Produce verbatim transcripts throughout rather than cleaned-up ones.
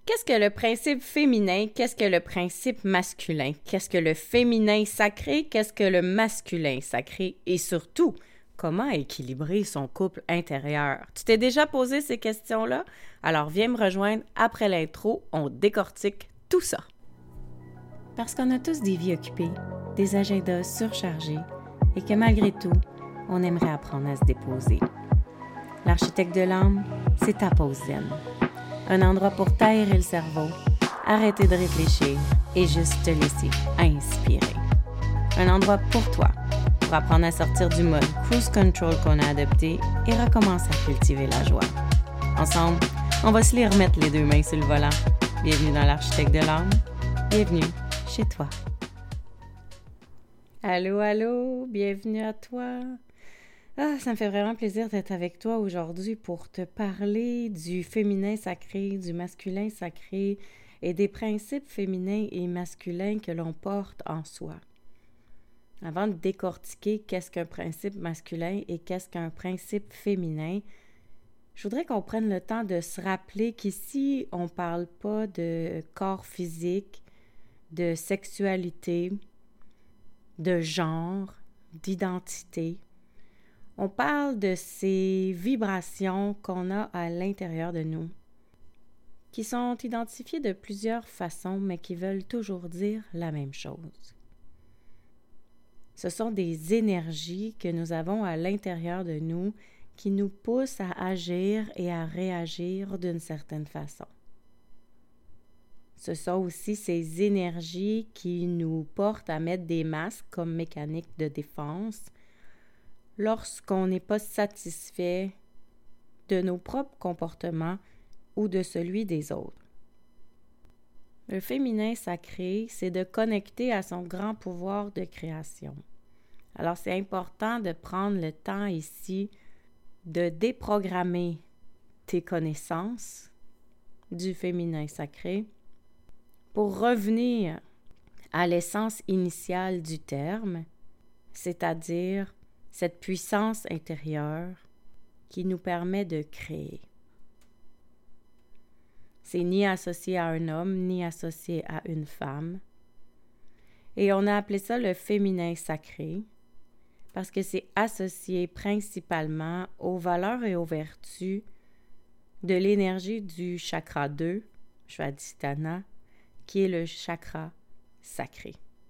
Qu'est-ce que le principe féminin? Qu'est-ce que le principe masculin? Qu'est-ce que le féminin sacré? Qu'est-ce que le masculin sacré? Et surtout, comment équilibrer son couple intérieur? Tu t'es déjà posé ces questions-là? Alors viens me rejoindre après l'intro, on décortique tout ça. Parce qu'on a tous des vies occupées, des agendas surchargés et que malgré tout, on aimerait apprendre à se déposer. L'architecte de l'âme, c'est ta pause zen. Un endroit pour t'aérer le cerveau, arrêter de réfléchir et juste te laisser inspirer. Un endroit pour toi, pour apprendre à sortir du mode cruise control qu'on a adopté et recommencer à cultiver la joie. Ensemble, on va se les remettre les deux mains sur le volant. Bienvenue dans l'architecte de l'âme. Bienvenue chez toi. Allô, allô, bienvenue à toi. Ah, ça me fait vraiment plaisir d'être avec toi aujourd'hui pour te parler du féminin sacré, du masculin sacré et des principes féminins et masculins que l'on porte en soi. Avant de décortiquer qu'est-ce qu'un principe masculin et qu'est-ce qu'un principe féminin, je voudrais qu'on prenne le temps de se rappeler qu'ici, on ne parle pas de corps physique, de sexualité, de genre, d'identité. On parle de ces vibrations qu'on a à l'intérieur de nous, qui sont identifiées de plusieurs façons, mais qui veulent toujours dire la même chose. Ce sont des énergies que nous avons à l'intérieur de nous qui nous poussent à agir et à réagir d'une certaine façon. Ce sont aussi ces énergies qui nous portent à mettre des masques comme mécanique de défense lorsqu'on n'est pas satisfait de nos propres comportements ou de celui des autres. Le féminin sacré, c'est de connecter à son grand pouvoir de création. Alors, c'est important de prendre le temps ici de déprogrammer tes connaissances du féminin sacré pour revenir à l'essence initiale du terme, c'est-à-dire cette puissance intérieure qui nous permet de créer. C'est ni associé à un homme, ni associé à une femme. Et on a appelé ça le féminin sacré parce que c'est associé principalement aux valeurs et aux vertus de l'énergie du chakra deux, Svadhisthana, qui est le chakra sacré.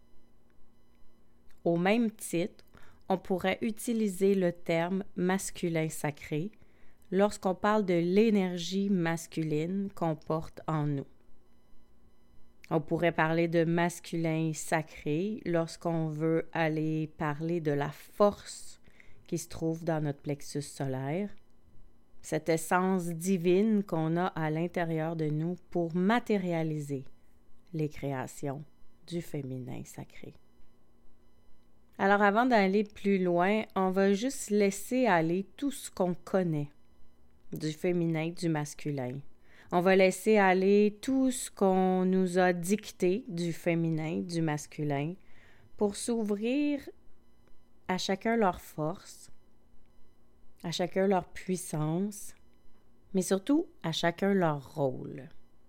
Au même titre, on pourrait utiliser le terme masculin sacré lorsqu'on parle de l'énergie masculine qu'on porte en nous. On pourrait parler de masculin sacré lorsqu'on veut aller parler de la force qui se trouve dans notre plexus solaire, cette essence divine qu'on a à l'intérieur de nous pour matérialiser les créations du féminin sacré. Alors, avant d'aller plus loin, on va juste laisser aller tout ce qu'on connaît du féminin, du masculin. On va laisser aller tout ce qu'on nous a dicté du féminin, du masculin, pour s'ouvrir à chacun leur force, à chacun leur puissance, mais surtout à chacun leur rôle.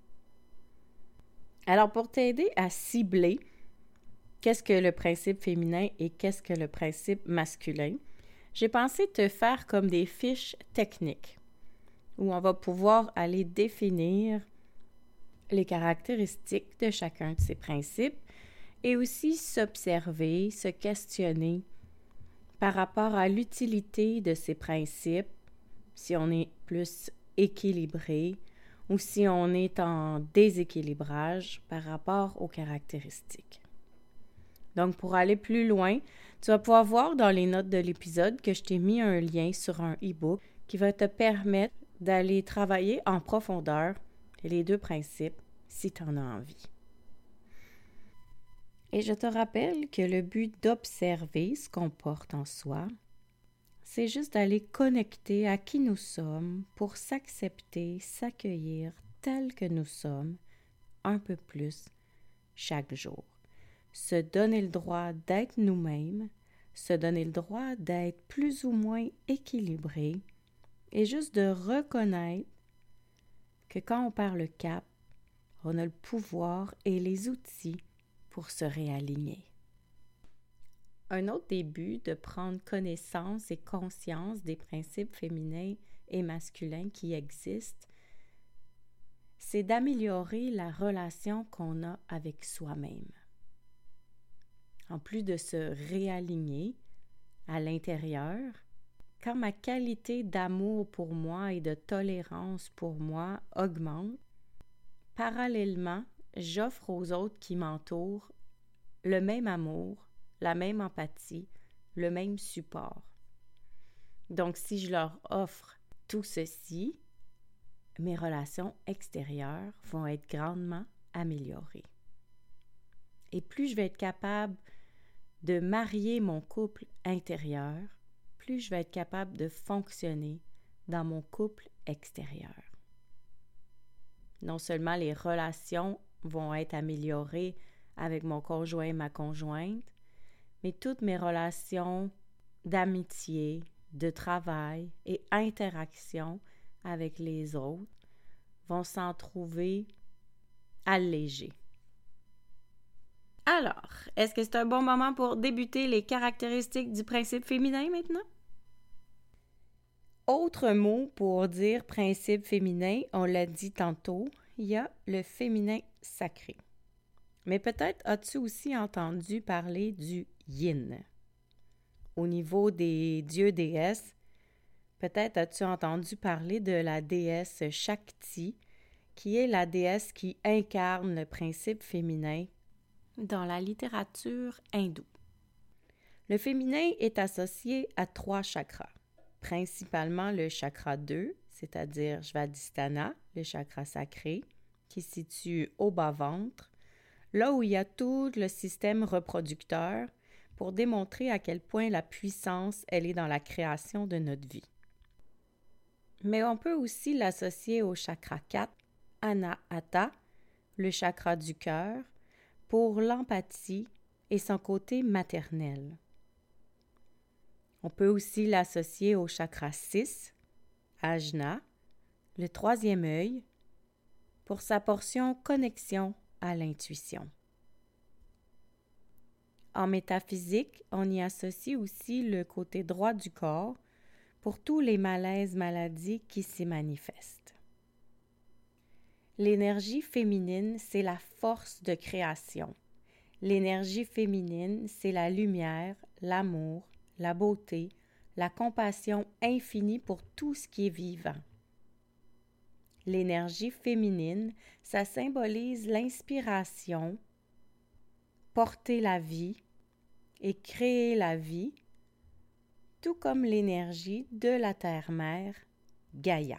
Alors, pour t'aider à cibler qu'est-ce que le principe féminin et qu'est-ce que le principe masculin, j'ai pensé te faire comme des fiches techniques où on va pouvoir aller définir les caractéristiques de chacun de ces principes et aussi s'observer, se questionner par rapport à l'utilité de ces principes, si on est plus équilibré ou si on est en déséquilibrage par rapport aux caractéristiques. Donc, pour aller plus loin, tu vas pouvoir voir dans les notes de l'épisode que je t'ai mis un lien sur un e-book qui va te permettre d'aller travailler en profondeur les deux principes si tu en as envie. Et je te rappelle que le but d'observer ce qu'on porte en soi, c'est juste d'aller connecter à qui nous sommes pour s'accepter, s'accueillir tel que nous sommes un peu plus chaque jour. Se donner le droit d'être nous-mêmes, se donner le droit d'être plus ou moins équilibré et juste de reconnaître que quand on perd le cap, on a le pouvoir et les outils pour se réaligner. Un autre début de prendre connaissance et conscience des principes féminins et masculins qui existent, c'est d'améliorer la relation qu'on a avec soi-même. En plus de se réaligner à l'intérieur, quand ma qualité d'amour pour moi et de tolérance pour moi augmente, parallèlement, j'offre aux autres qui m'entourent le même amour, la même empathie, le même support. Donc, si je leur offre tout ceci, mes relations extérieures vont être grandement améliorées. Et plus je vais être capable de marier mon couple intérieur, plus je vais être capable de fonctionner dans mon couple extérieur. Non seulement les relations vont être améliorées avec mon conjoint et ma conjointe, mais toutes mes relations d'amitié, de travail et interaction avec les autres vont s'en trouver allégées. Alors, est-ce que c'est un bon moment pour débuter les caractéristiques du principe féminin maintenant? Autre mot pour dire principe féminin, on l'a dit tantôt, il y a le féminin sacré. Mais peut-être as-tu aussi entendu parler du yin. Au niveau des dieux-déesses, peut-être as-tu entendu parler de la déesse Shakti, qui est la déesse qui incarne le principe féminin dans la littérature hindoue. Le féminin est associé à trois chakras, principalement le chakra deux, c'est-à-dire Svadhisthana, le chakra sacré, qui se situe au bas-ventre, là où il y a tout le système reproducteur pour démontrer à quel point la puissance, elle est dans la création de notre vie. Mais on peut aussi l'associer au chakra quatre, Anahata, le chakra du cœur, pour l'empathie et son côté maternel. On peut aussi l'associer au chakra six, Ajna, le troisième œil, pour sa portion connexion à l'intuition. En métaphysique, on y associe aussi le côté droit du corps pour tous les malaises maladies qui s'y manifestent. L'énergie féminine, c'est la force de création. L'énergie féminine, c'est la lumière, l'amour, la beauté, la compassion infinie pour tout ce qui est vivant. L'énergie féminine, ça symbolise l'inspiration, porter la vie et créer la vie, tout comme l'énergie de la terre-mère, Gaïa.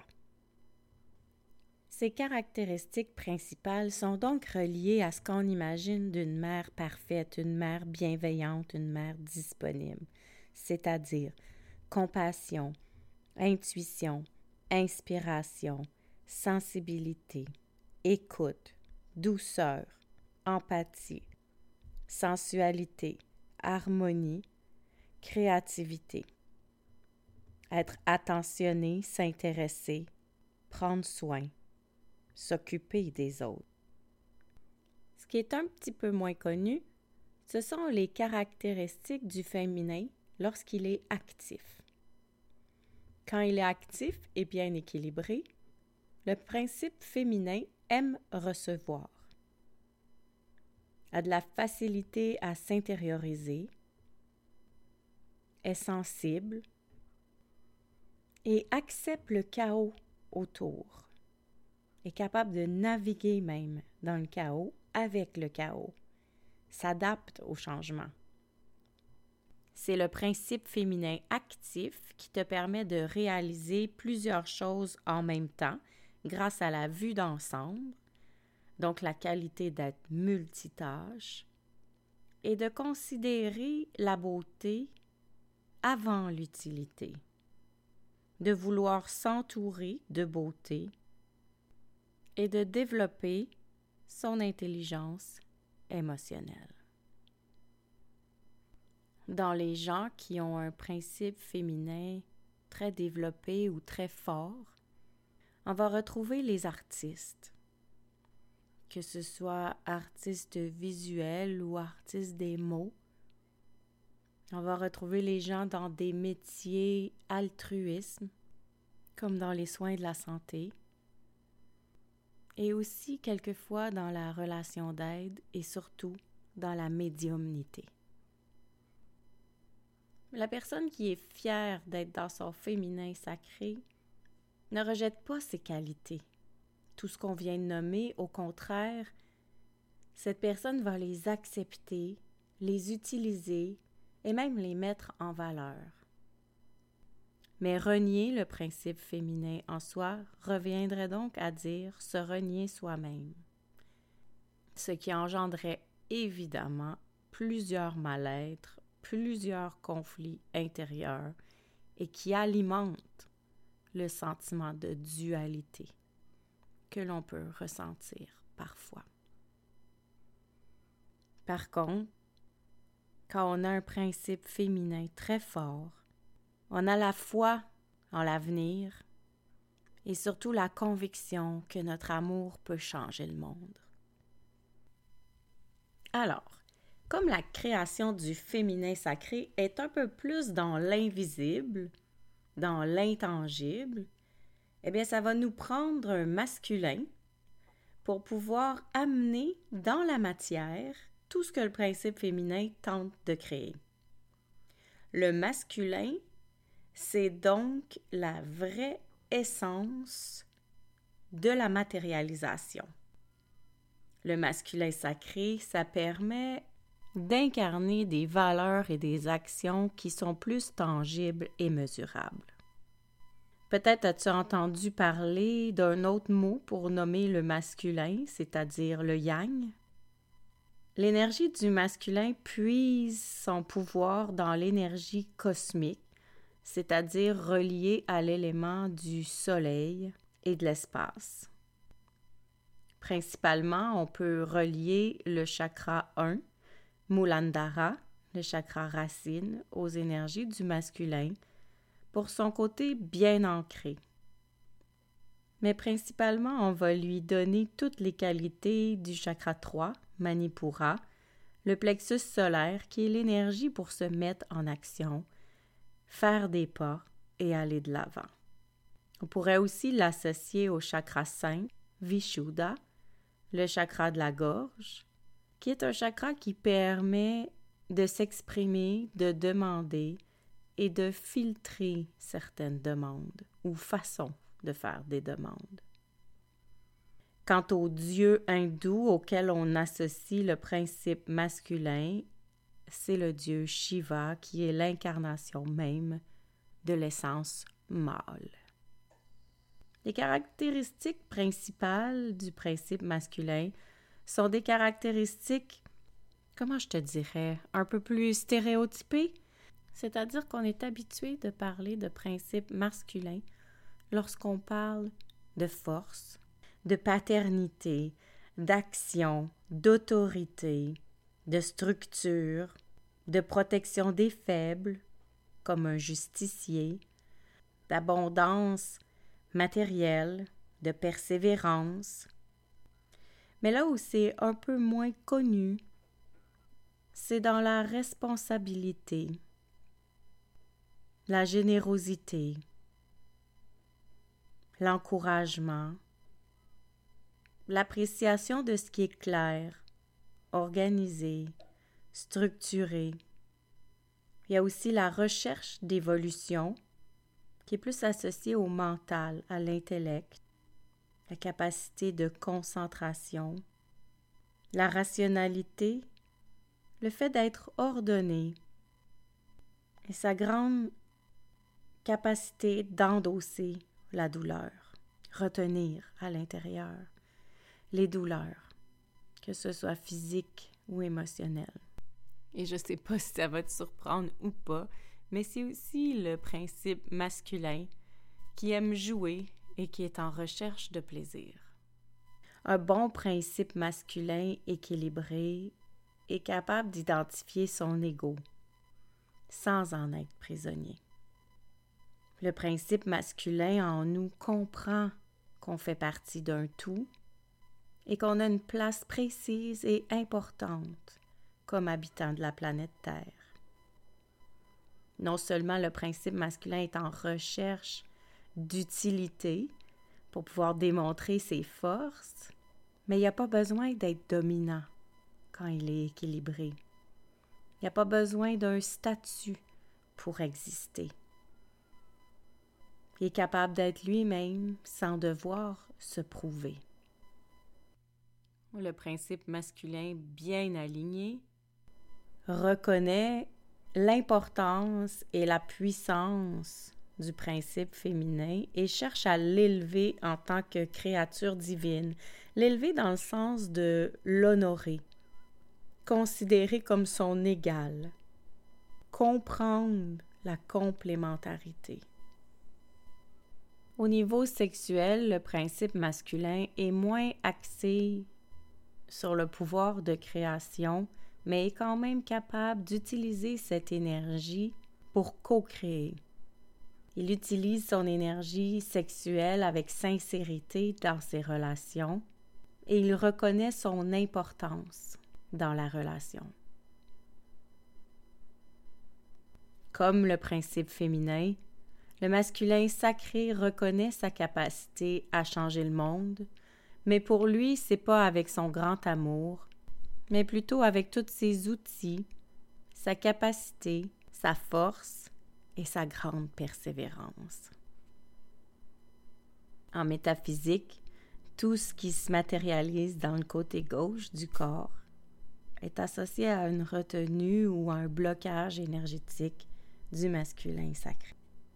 Ces caractéristiques principales sont donc reliées à ce qu'on imagine d'une mère parfaite, une mère bienveillante, une mère disponible, c'est-à-dire compassion, intuition, inspiration, sensibilité, écoute, douceur, empathie, sensualité, harmonie, créativité. Être attentionné, s'intéresser, prendre soin, s'occuper des autres. Ce qui est un petit peu moins connu, ce sont les caractéristiques du féminin lorsqu'il est actif. Quand il est actif et bien équilibré, le principe féminin aime recevoir, a de la facilité à s'intérioriser, est sensible et accepte le chaos autour, est capable de naviguer même dans le chaos avec le chaos, s'adapte au changement. C'est le principe féminin actif qui te permet de réaliser plusieurs choses en même temps grâce à la vue d'ensemble, donc la qualité d'être multitâche, et de considérer la beauté avant l'utilité, de vouloir s'entourer de beauté et de développer son intelligence émotionnelle. Dans les gens qui ont un principe féminin très développé ou très fort, on va retrouver les artistes, que ce soit artiste visuel ou artiste des mots. On va retrouver les gens dans des métiers altruisme, comme dans les soins de la santé, et aussi quelquefois dans la relation d'aide et surtout dans la médiumnité. La personne qui est fière d'être dans son féminin sacré ne rejette pas ses qualités. Tout ce qu'on vient de nommer, au contraire, cette personne va les accepter, les utiliser et même les mettre en valeur. Mais renier le principe féminin en soi reviendrait donc à dire se renier soi-même, ce qui engendrerait évidemment plusieurs mal-être, plusieurs conflits intérieurs et qui alimente le sentiment de dualité que l'on peut ressentir parfois. Par contre, quand on a un principe féminin très fort, on a la foi en l'avenir et surtout la conviction que notre amour peut changer le monde. Alors, comme la création du féminin sacré est un peu plus dans l'invisible, dans l'intangible, eh bien, ça va nous prendre un masculin pour pouvoir amener dans la matière tout ce que le principe féminin tente de créer. Le masculin, c'est donc la vraie essence de la matérialisation. Le masculin sacré, ça permet d'incarner des valeurs et des actions qui sont plus tangibles et mesurables. Peut-être as-tu entendu parler d'un autre mot pour nommer le masculin, c'est-à-dire le yang. L'énergie du masculin puise son pouvoir dans l'énergie cosmique, c'est-à-dire reliée à l'élément du soleil et de l'espace. Principalement, on peut relier le chakra un, Muladhara, le chakra racine, aux énergies du masculin, pour son côté bien ancré. Mais principalement, on va lui donner toutes les qualités du chakra trois, Manipura, le plexus solaire qui est l'énergie pour se mettre en action, faire des pas et aller de l'avant. On pourrait aussi l'associer au chakra cinq, Vishuddha, le chakra de la gorge, qui est un chakra qui permet de s'exprimer, de demander et de filtrer certaines demandes ou façons de faire des demandes. Quant au dieu hindou auquel on associe le principe masculin, c'est le dieu Shiva qui est l'incarnation même de l'essence mâle. Les caractéristiques principales du principe masculin sont des caractéristiques, comment je te dirais, un peu plus stéréotypées, c'est-à-dire qu'on est habitué de parler de principe masculin lorsqu'on parle de force, de paternité, d'action, d'autorité, de structure, de protection des faibles, comme un justicier, d'abondance matérielle, de persévérance. Mais là où c'est un peu moins connu, c'est dans la responsabilité, la générosité, l'encouragement, l'appréciation de ce qui est clair, organisé, structuré. Il y a aussi la recherche d'évolution qui est plus associée au mental, à l'intellect, la capacité de concentration, la rationalité, le fait d'être ordonné et sa grande capacité d'endosser la douleur, retenir à l'intérieur les douleurs, que ce soit physique ou émotionnelle. Et je ne sais pas si ça va te surprendre ou pas, mais c'est aussi le principe masculin qui aime jouer et qui est en recherche de plaisir. Un bon principe masculin équilibré est capable d'identifier son ego sans en être prisonnier. Le principe masculin en nous comprend qu'on fait partie d'un tout et qu'on a une place précise et importante comme habitant de la planète Terre. Non seulement le principe masculin est en recherche d'utilité pour pouvoir démontrer ses forces, mais il n'y a pas besoin d'être dominant quand il est équilibré. Il n'y a pas besoin d'un statut pour exister. Il est capable d'être lui-même sans devoir se prouver. Le principe masculin bien aligné reconnaît l'importance et la puissance du principe féminin et cherche à l'élever en tant que créature divine. L'élever dans le sens de l'honorer, considérer comme son égal, comprendre la complémentarité. Au niveau sexuel, le principe masculin est moins axé sur le pouvoir de création, mais est quand même capable d'utiliser cette énergie pour co-créer. Il utilise son énergie sexuelle avec sincérité dans ses relations et il reconnaît son importance dans la relation. Comme le principe féminin, le masculin sacré reconnaît sa capacité à changer le monde, mais pour lui, c'est pas avec son grand amour, mais plutôt avec tous ses outils, sa capacité, sa force et sa grande persévérance. En métaphysique, tout ce qui se matérialise dans le côté gauche du corps est associé à une retenue ou à un blocage énergétique du masculin sacré.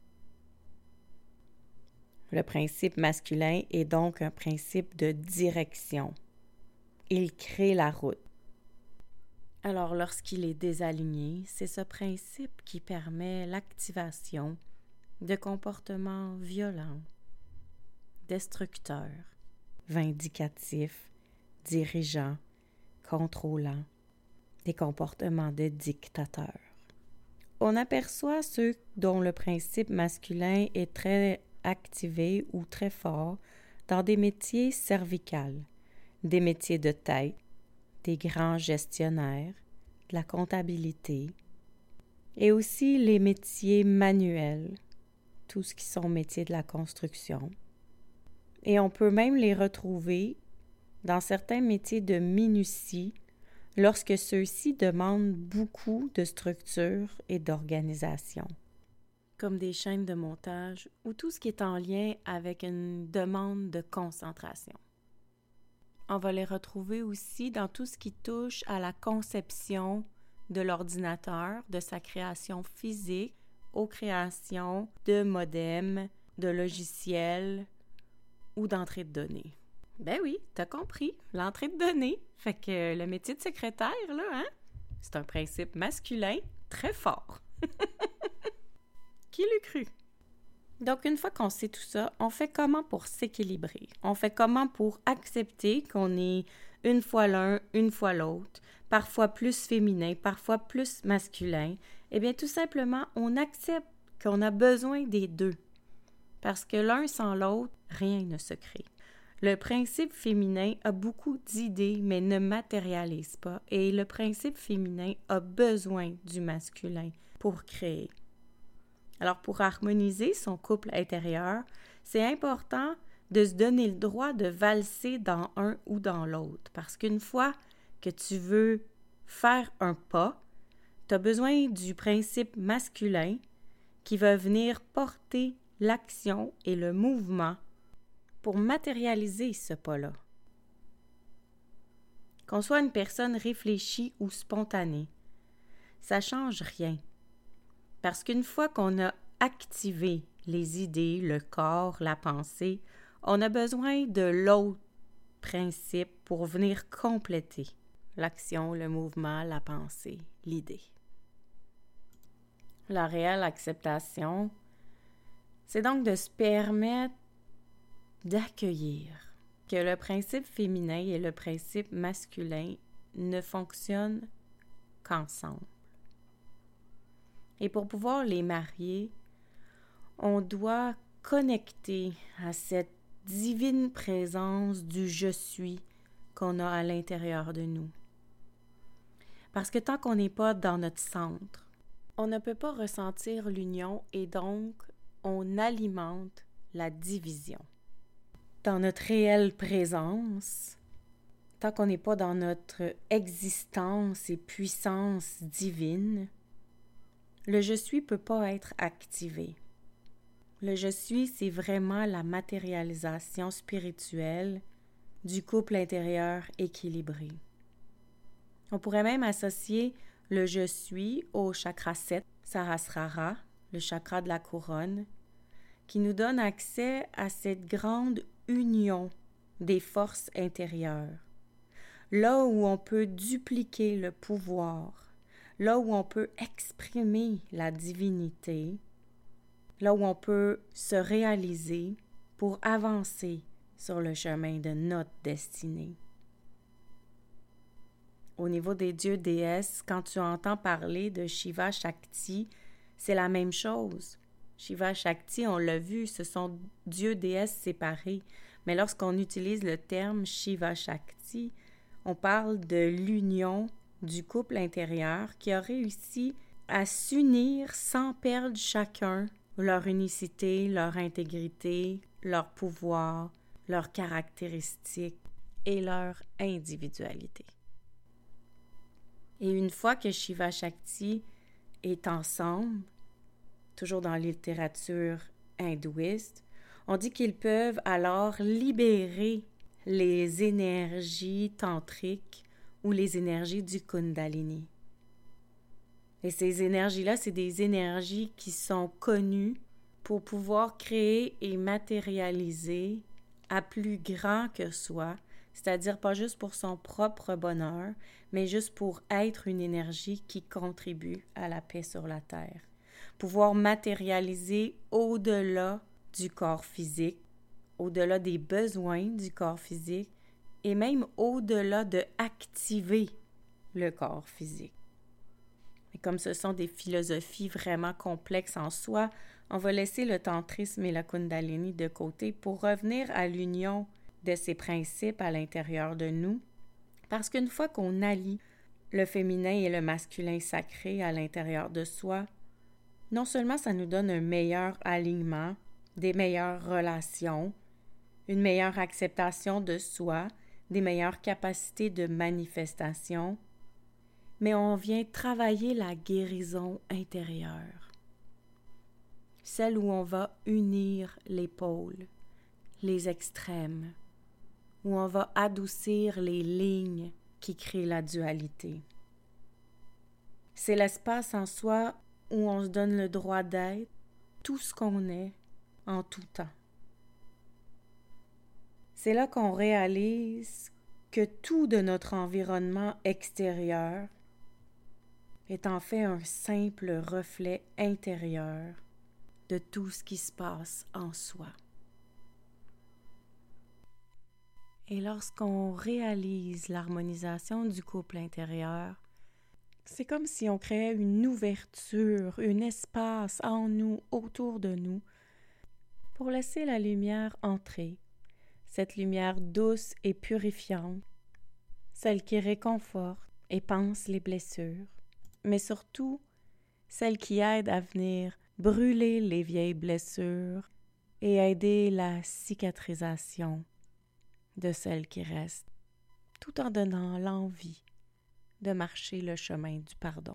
Le principe masculin est donc un principe de direction. Il crée la route. Alors, lorsqu'il est désaligné, c'est ce principe qui permet l'activation de comportements violents, destructeurs, vindicatifs, dirigeants, contrôlants, des comportements de dictateurs. On aperçoit ceux dont le principe masculin est très activé ou très fort dans des métiers cervicales, des métiers de tête, des grands gestionnaires, de la comptabilité, et aussi les métiers manuels, tout ce qui sont métiers de la construction. Et on peut même les retrouver dans certains métiers de minutie lorsque ceux-ci demandent beaucoup de structure et d'organisation, comme des chaînes de montage ou tout ce qui est en lien avec une demande de concentration. On va les retrouver aussi dans tout ce qui touche à la conception de l'ordinateur, de sa création physique, aux créations de modems, de logiciels ou d'entrée de données. Ben oui, t'as compris, l'entrée de données. Fait que le métier de secrétaire, là, hein, c'est un principe masculin très fort. Qui l'eût cru? Donc, une fois qu'on sait tout ça, on fait comment pour s'équilibrer? On fait comment pour accepter qu'on est une fois l'un, une fois l'autre, parfois plus féminin, parfois plus masculin? Eh bien, tout simplement, on accepte qu'on a besoin des deux. Parce que l'un sans l'autre, rien ne se crée. Le principe féminin a beaucoup d'idées, mais ne matérialise pas. Et le principe féminin a besoin du masculin pour créer. Alors, pour harmoniser son couple intérieur, c'est important de se donner le droit de valser dans un ou dans l'autre. Parce qu'une fois que tu veux faire un pas, tu as besoin du principe masculin qui va venir porter l'action et le mouvement pour matérialiser ce pas-là. Qu'on soit une personne réfléchie ou spontanée, ça ne change rien. Parce qu'une fois qu'on a activé les idées, le corps, la pensée, on a besoin de l'autre principe pour venir compléter l'action, le mouvement, la pensée, l'idée. La réelle acceptation, c'est donc de se permettre d'accueillir que le principe féminin et le principe masculin ne fonctionnent qu'ensemble. Et pour pouvoir les marier, on doit connecter à cette divine présence du « je suis » qu'on a à l'intérieur de nous. Parce que tant qu'on n'est pas dans notre centre, on ne peut pas ressentir l'union et donc on alimente la division. Dans notre réelle présence, tant qu'on n'est pas dans notre existence et puissance divine, le « je suis » ne peut pas être activé. Le « je suis », c'est vraiment la matérialisation spirituelle du couple intérieur équilibré. On pourrait même associer le « je suis » au chakra sept, Sahasrara, le chakra de la couronne, qui nous donne accès à cette grande union des forces intérieures, là où on peut dupliquer le pouvoir, là où on peut exprimer la divinité, là où on peut se réaliser pour avancer sur le chemin de notre destinée. Au niveau des dieux déesses, quand tu entends parler de Shiva Shakti, c'est la même chose. Shiva Shakti, on l'a vu, ce sont dieux déesses séparés. Mais lorsqu'on utilise le terme Shiva Shakti, on parle de l'union du couple intérieur qui a réussi à s'unir sans perdre chacun leur unicité, leur intégrité, leur pouvoir, leurs caractéristiques et leur individualité. Et une fois que Shiva Shakti est ensemble, toujours dans la littérature hindouiste, on dit qu'ils peuvent alors libérer les énergies tantriques ou les énergies du Kundalini. Et ces énergies-là, c'est des énergies qui sont connues pour pouvoir créer et matérialiser à plus grand que soi, c'est-à-dire pas juste pour son propre bonheur, mais juste pour être une énergie qui contribue à la paix sur la Terre. Pouvoir matérialiser au-delà du corps physique, au-delà des besoins du corps physique et même au-delà de activer le corps physique. Et comme ce sont des philosophies vraiment complexes en soi, on va laisser le tantrisme et la kundalini de côté pour revenir à l'union de ces principes à l'intérieur de nous, parce qu'une fois qu'on allie le féminin et le masculin sacré à l'intérieur de soi, non seulement ça nous donne un meilleur alignement, des meilleures relations, une meilleure acceptation de soi, des meilleures capacités de manifestation, mais on vient travailler la guérison intérieure, celle où on va unir les pôles, les extrêmes, où on va adoucir les lignes qui créent la dualité. C'est l'espace en soi où on se donne le droit d'être tout ce qu'on est en tout temps. C'est là qu'on réalise que tout de notre environnement extérieur est en fait un simple reflet intérieur de tout ce qui se passe en soi. Et lorsqu'on réalise l'harmonisation du couple intérieur, c'est comme si on créait une ouverture, un espace en nous, autour de nous, pour laisser la lumière entrer, cette lumière douce et purifiante, celle qui réconforte et panse les blessures, mais surtout celle qui aide à venir brûler les vieilles blessures et aider la cicatrisation de celles qui restent, tout en donnant l'envie de marcher le chemin du pardon.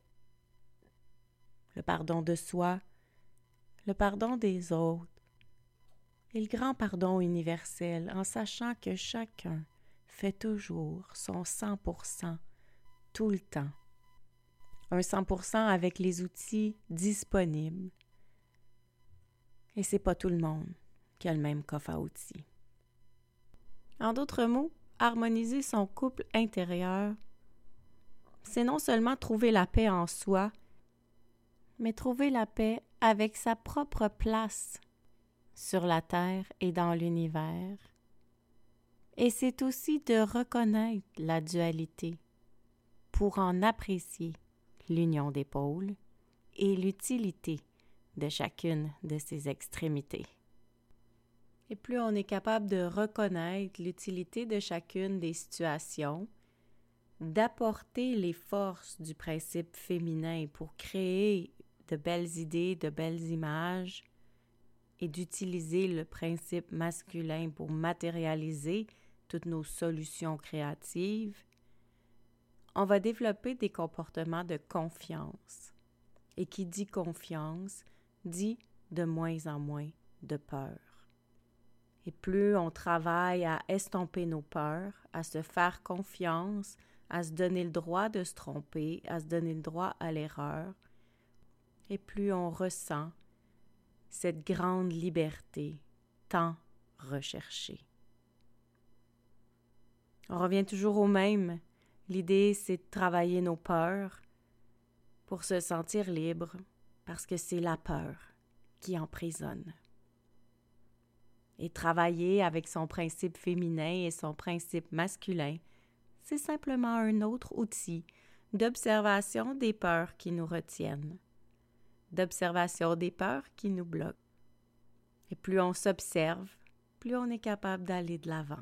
Le pardon de soi, le pardon des autres, et le grand pardon universel en sachant que chacun fait toujours son cent pour cent tout le temps. Un cent pour cent avec les outils disponibles. Et c'est pas tout le monde qui a le même coffre à outils. En d'autres mots, harmoniser son couple intérieur, c'est non seulement trouver la paix en soi, mais trouver la paix avec sa propre place sur la Terre et dans l'univers. Et c'est aussi de reconnaître la dualité pour en apprécier l'union des pôles et l'utilité de chacune de ces extrémités. Et plus on est capable de reconnaître l'utilité de chacune des situations, d'apporter les forces du principe féminin pour créer de belles idées, de belles images, et d'utiliser le principe masculin pour matérialiser toutes nos solutions créatives, on va développer des comportements de confiance. Et qui dit confiance, dit de moins en moins de peur. Et plus on travaille à estomper nos peurs, à se faire confiance, à se donner le droit de se tromper, à se donner le droit à l'erreur, et plus on ressent cette grande liberté tant recherchée. On revient toujours au même. L'idée, c'est de travailler nos peurs pour se sentir libre, parce que c'est la peur qui emprisonne. Et travailler avec son principe féminin et son principe masculin, c'est simplement un autre outil d'observation des peurs qui nous retiennent, d'observation des peurs qui nous bloquent. Et plus on s'observe, plus on est capable d'aller de l'avant.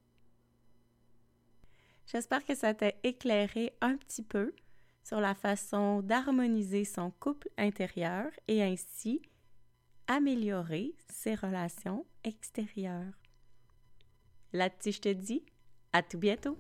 J'espère que ça t'a éclairé un petit peu sur la façon d'harmoniser son couple intérieur et ainsi améliorer ses relations extérieures. Là-dessus, je te dis à tout bientôt.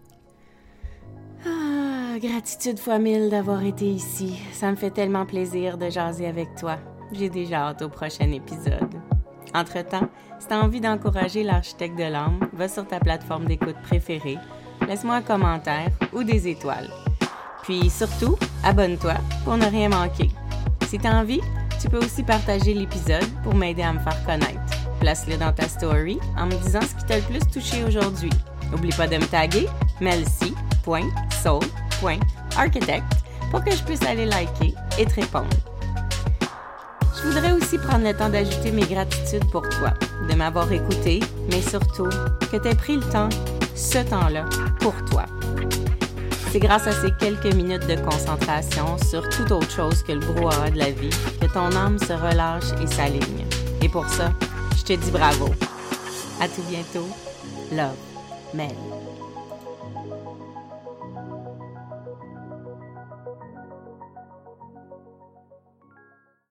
Ah, gratitude fois mille d'avoir été ici. Ça me fait tellement plaisir de jaser avec toi. J'ai déjà hâte au prochain épisode. Entre-temps, si tu as envie d'encourager l'architecte de l'âme, va sur ta plateforme d'écoute préférée, laisse-moi un commentaire ou des étoiles. Puis surtout, abonne-toi pour ne rien manquer. Si tu as envie, tu peux aussi partager l'épisode pour m'aider à me faire connaître. Place-le dans ta story en me disant ce qui t'a le plus touché aujourd'hui. N'oublie pas de me taguer melcy point soul point architect pour que je puisse aller liker et te répondre. Je voudrais aussi prendre le temps d'ajouter mes gratitudes pour toi, de m'avoir écouté, mais surtout que tu aies pris le temps, ce temps-là, pour toi. C'est grâce à ces quelques minutes de concentration sur toute autre chose que le brouhaha de la vie que ton âme se relâche et s'aligne. Et pour ça, je te dis bravo. À tout bientôt. Love, Mel.